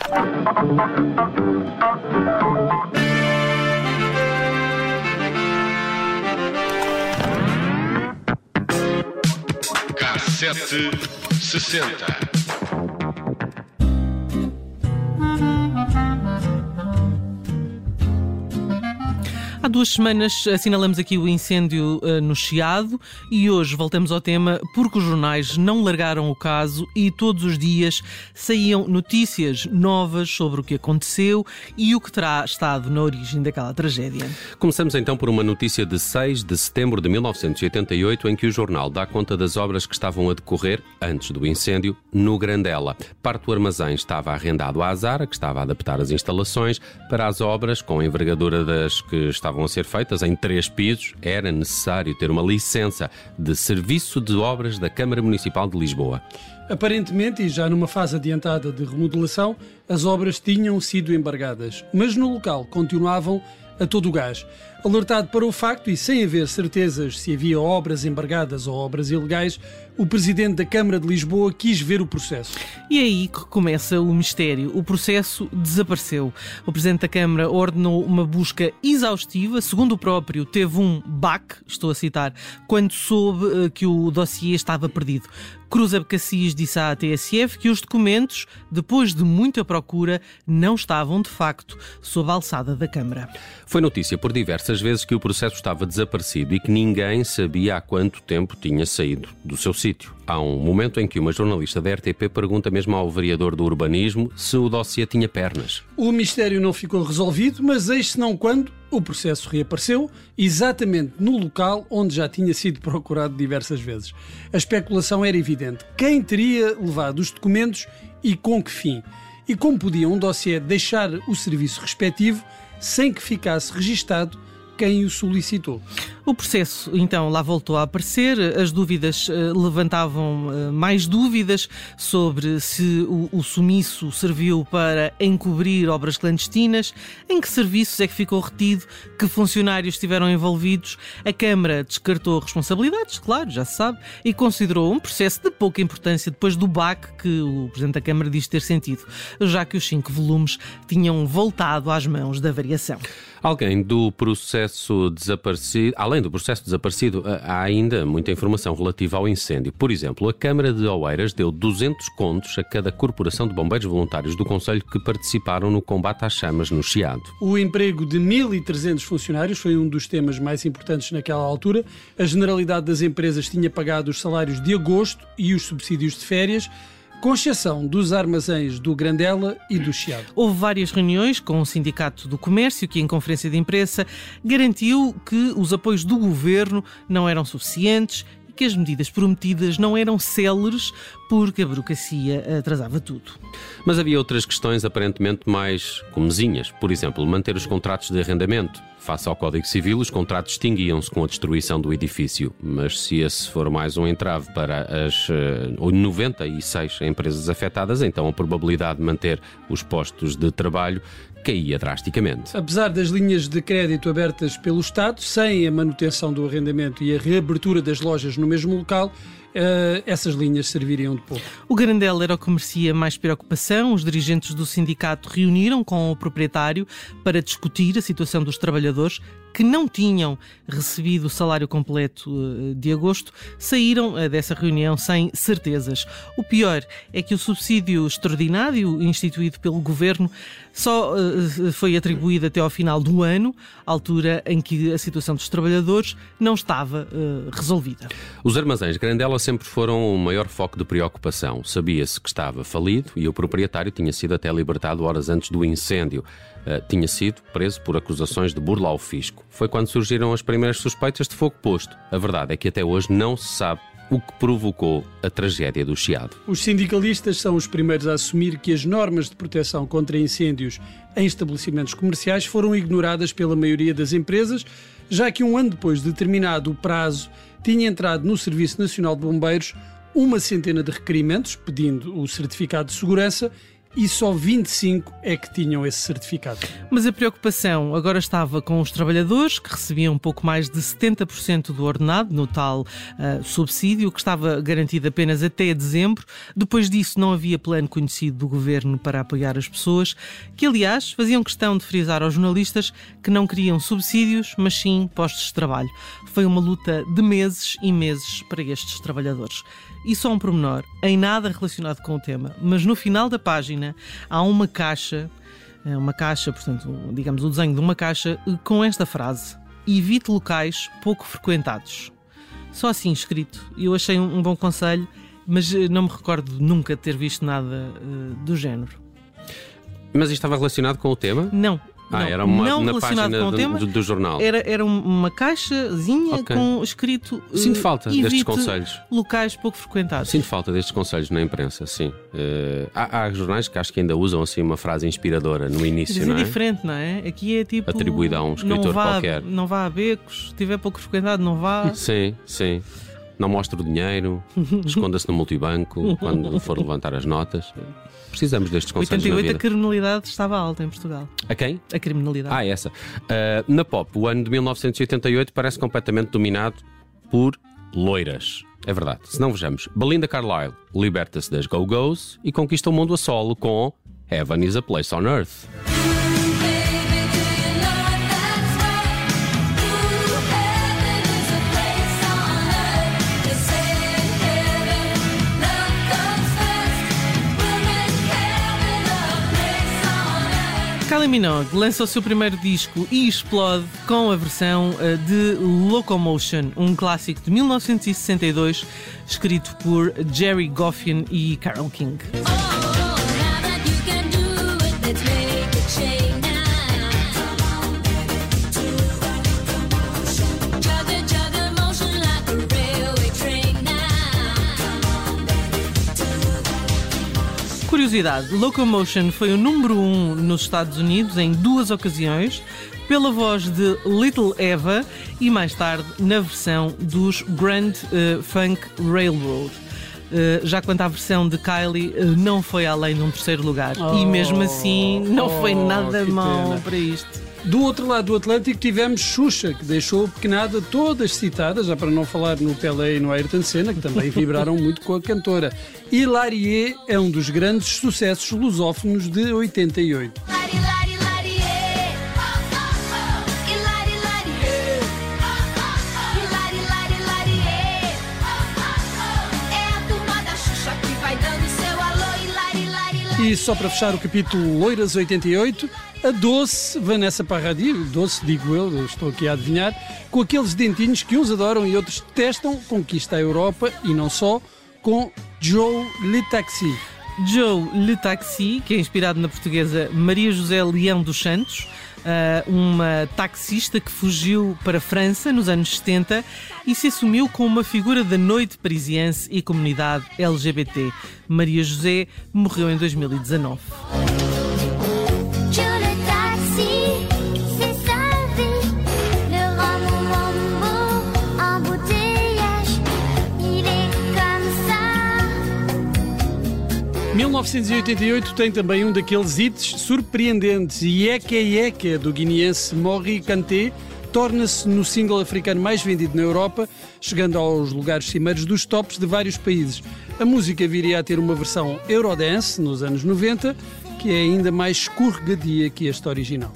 K760. Há 2 semanas assinalamos aqui o incêndio no Chiado e hoje voltamos ao tema porque os jornais não largaram o caso e todos os dias saíam notícias novas sobre o que aconteceu e o que terá estado na origem daquela tragédia. Começamos então por uma notícia de 6 de setembro de 1988 em que o jornal dá conta das obras que estavam a decorrer, antes do incêndio, no Grandela. Parte do armazém estava arrendado à Zara, que estava a adaptar as instalações para as obras com a envergadura das que estavam a ser feitas em 3 pisos, era necessário ter uma licença de Serviço de Obras da Câmara Municipal de Lisboa. Aparentemente, e já numa fase adiantada de remodelação, as obras tinham sido embargadas, mas no local continuavam a todo o gás. Alertado para o facto e sem haver certezas se havia obras embargadas ou obras ilegais, o presidente da Câmara de Lisboa quis ver o processo. E é aí que começa o mistério. O processo desapareceu. O presidente da Câmara ordenou uma busca exaustiva. Segundo o próprio, teve um baque, estou a citar, quando soube que o dossiê estava perdido. Cruz Abcacis disse à TSF que os documentos, depois de muita procura, não estavam, de facto, sob a alçada da Câmara. Foi notícia por diversas vezes que o processo estava desaparecido e que ninguém sabia há quanto tempo tinha saído do seu sítio. Há um momento em que uma jornalista da RTP pergunta mesmo ao vereador do urbanismo se o dossiê tinha pernas. O mistério não ficou resolvido, mas eis-se não quando o processo reapareceu, exatamente no local onde já tinha sido procurado diversas vezes. A especulação era evidente. Quem teria levado os documentos e com que fim? E como podia um dossiê deixar o serviço respectivo sem que ficasse registado quem o solicitou? O processo, então, lá voltou a aparecer. As dúvidas levantavam mais dúvidas sobre se o sumiço serviu para encobrir obras clandestinas, em que serviços é que ficou retido, que funcionários estiveram envolvidos. A Câmara descartou responsabilidades, claro, já se sabe, e considerou um processo de pouca importância depois do baque que o Presidente da Câmara diz ter sentido, já que os 5 volumes tinham voltado às mãos da variação. Além do processo desaparecido, há ainda muita informação relativa ao incêndio. Por exemplo, a Câmara de Oeiras deu 200 contos a cada corporação de bombeiros voluntários do concelho que participaram no combate às chamas no Chiado. O emprego de 1.300 funcionários foi um dos temas mais importantes naquela altura. A Generalidade das Empresas tinha pagado os salários de agosto e os subsídios de férias, com exceção dos armazéns do Grandela e do Chiado. Houve várias reuniões com o Sindicato do Comércio, que em conferência de imprensa garantiu que os apoios do governo não eram suficientes e que as medidas prometidas não eram céleres porque a burocracia atrasava tudo. Mas havia outras questões aparentemente mais comezinhas. Por exemplo, manter os contratos de arrendamento. Face ao Código Civil, os contratos extinguiam-se com a destruição do edifício. Mas se esse for mais um entrave para as 96 empresas afetadas, então a probabilidade de manter os postos de trabalho caía drasticamente. Apesar das linhas de crédito abertas pelo Estado, sem a manutenção do arrendamento e a reabertura das lojas no mesmo local, essas linhas serviriam de pouco. O Grandela era o que merecia mais preocupação. Os dirigentes do sindicato reuniram com o proprietário para discutir a situação dos trabalhadores que não tinham recebido o salário completo de agosto. Saíram dessa reunião sem certezas. O pior é que o subsídio extraordinário instituído pelo governo só foi atribuído até ao final do ano, altura em que a situação dos trabalhadores não estava resolvida. Os armazéns Grandela sempre foram o maior foco de preocupação. Sabia-se que estava falido e o proprietário tinha sido até libertado horas antes do incêndio. Tinha sido preso por acusações de burla ao fisco. Foi quando surgiram as primeiras suspeitas de fogo posto. A verdade é que até hoje não se sabe o que provocou a tragédia do Chiado. Os sindicalistas são os primeiros a assumir que as normas de proteção contra incêndios em estabelecimentos comerciais foram ignoradas pela maioria das empresas, já que um ano depois de terminado o prazo, tinha entrado no Serviço Nacional de Bombeiros uma centena de requerimentos pedindo o certificado de segurança e só 25 é que tinham esse certificado. Mas a preocupação agora estava com os trabalhadores, que recebiam um pouco mais de 70% do ordenado, no tal subsídio, que estava garantido apenas até dezembro. Depois disso não havia plano conhecido do governo para apoiar as pessoas, que aliás faziam questão de frisar aos jornalistas que não queriam subsídios, mas sim postos de trabalho. Foi uma luta de meses e meses para estes trabalhadores. E só um pormenor, em nada relacionado com o tema, mas no final da página há uma caixa, portanto, digamos, o desenho de uma caixa com esta frase: evite locais pouco frequentados. Só assim escrito. Eu achei um bom conselho, mas não me recordo nunca de ter visto nada do género. Mas isto estava relacionado com o tema? Não. Era não na página do jornal. Era uma caixazinha com escrito Sinto falta destes conselhos. Locais pouco frequentados. Sinto falta destes conselhos na imprensa, sim. Há jornais que acho que ainda usam assim uma frase inspiradora no início, não é? É diferente, não é? Aqui é tipo... atribuída a um escritor qualquer. Não vá a becos, se estiver pouco frequentado, não vá. Sim, sim. Não mostra o dinheiro, esconda-se no multibanco quando for levantar as notas. Precisamos destes conselhos na vida. 88 a criminalidade estava alta em Portugal. A quem? A criminalidade. Essa. Na pop, o ano de 1988 parece completamente dominado por loiras. É verdade. Se não vejamos, Belinda Carlisle liberta-se das Go-Go's e conquista o mundo a solo com Heaven is a Place on Earth. Kylie Minogue lança o seu primeiro disco e explode com a versão de Locomotion, um clássico de 1962, escrito por Jerry Goffin e Carole King. Curiosidade, Locomotion foi o número 1 nos Estados Unidos em 2 ocasiões, pela voz de Little Eva e mais tarde na versão dos Grand Funk Railroad. Já quanto à versão de Kylie, não foi além de um terceiro lugar. E mesmo assim não foi nada mau para isto. Do outro lado do Atlântico tivemos Xuxa, que deixou a pequenada todas citadas, já para não falar no Pelé e no Ayrton Senna, que também vibraram muito com a cantora. Hilarie é um dos grandes sucessos lusófonos de 88. E só para fechar o capítulo Loiras 88, a doce Vanessa Paradis, doce digo eu estou aqui a adivinhar, com aqueles dentinhos que uns adoram e outros detestam, conquista a Europa e não só, com Joe Le Taxi. Joe Le Taxi, que é inspirado na portuguesa Maria José Leão dos Santos, uma taxista que fugiu para a França nos anos 70 e se assumiu como uma figura da noite parisiense e comunidade LGBT. Maria José morreu em 2019. Em 1988 tem também um daqueles hits surpreendentes. Yeka Yeka, do guineense Mori Kanté, torna-se no single africano mais vendido na Europa, chegando aos lugares cimeiros dos tops de vários países. A música viria a ter uma versão Eurodance nos anos 90, que é ainda mais escorregadia que esta original.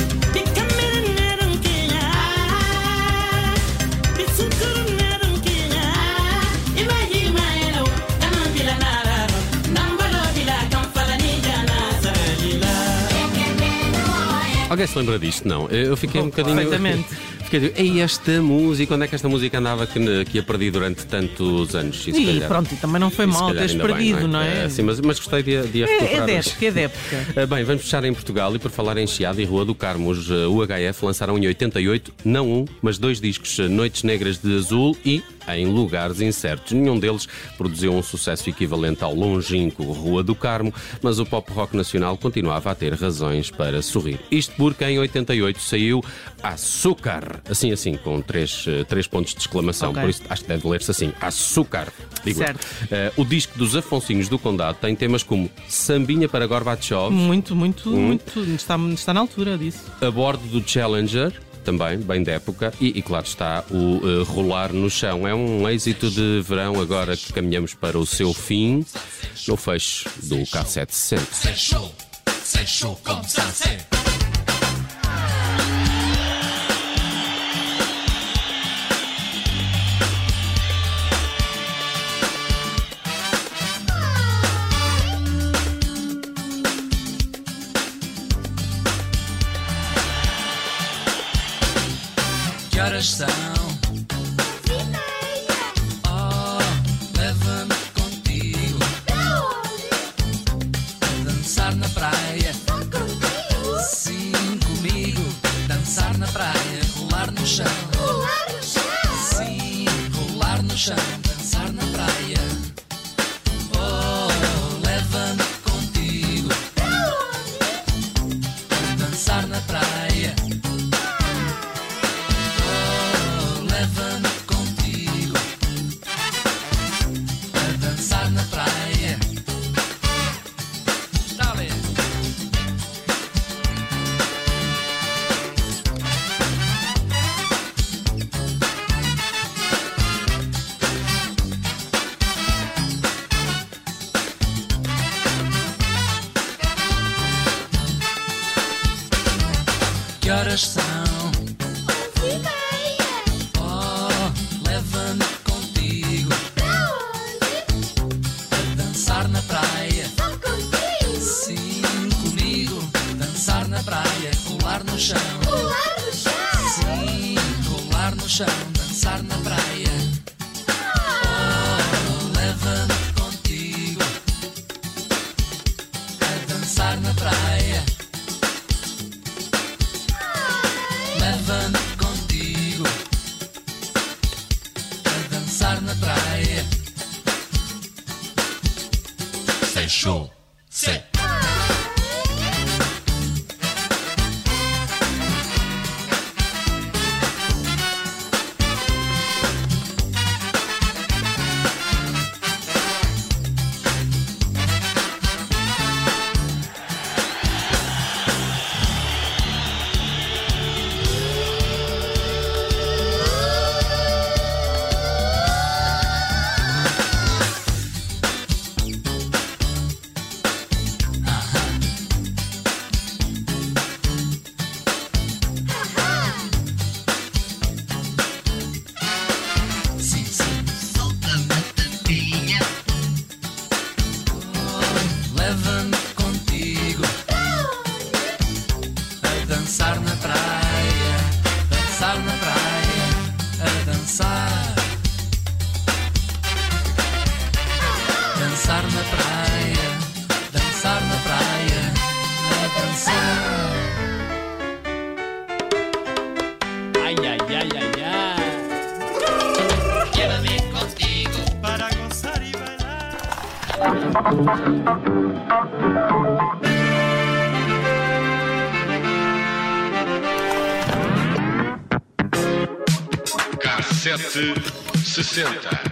Alguém se lembra disto? Não. Eu fiquei um bocadinho... Perfeitamente. Fiquei, esta música, onde é que esta música andava que a perdi durante tantos anos? E pronto, e também não foi mal teres perdido, não é? Sim, mas gostei de a recuperar. É de época. Bem, vamos fechar em Portugal e por falar em Chiado e Rua do Carmo, os UHF lançaram em 88, não um, mas 2 discos, Noites Negras de Azul e em lugares incertos. Nenhum deles produziu um sucesso equivalente ao longínquo Rua do Carmo, mas o pop rock nacional continuava a ter razões para sorrir. Isto porque em 88 saiu Açúcar, assim, com três pontos de exclamação. Okay. Por isso acho que deve ler-se assim, Açúcar. Digo certo. O disco dos Afonsinhos do Condado tem temas como Sambinha para Gorbachev. Muito. Está na altura disso. A bordo do Challenger, também, bem da época, e claro está, o Rolar no Chão. É um êxito de verão agora que caminhamos para o seu fim, no fecho do K760. C'est chaud comme ça, c'est... Que horas são? Oh, leva-me contigo. Dançar na praia. Sim, comigo. Dançar na praia. Rolar no chão. Sim, rolar no chão. Dançar na praia. Oh, leva-me contigo. Dançar na praia. Leva-me contigo a dançar na praia. Dale. Que horas são? Leva-me contigo a dançar na praia. Sim, comigo. Dançar na praia. Rolar no chão. Sim, rolar no chão. Dançar na praia. Oh, leva-me contigo a dançar na praia. Leva-me contigo dançar na praia. C'est chaud, c'est... Leva-me contigo a dançar na praia, dançar na praia, a dançar, dançar na praia, dançar na praia, a dançar. Ai, ai, ai, ai, ai. Llévame contigo para gozar y bailar. K760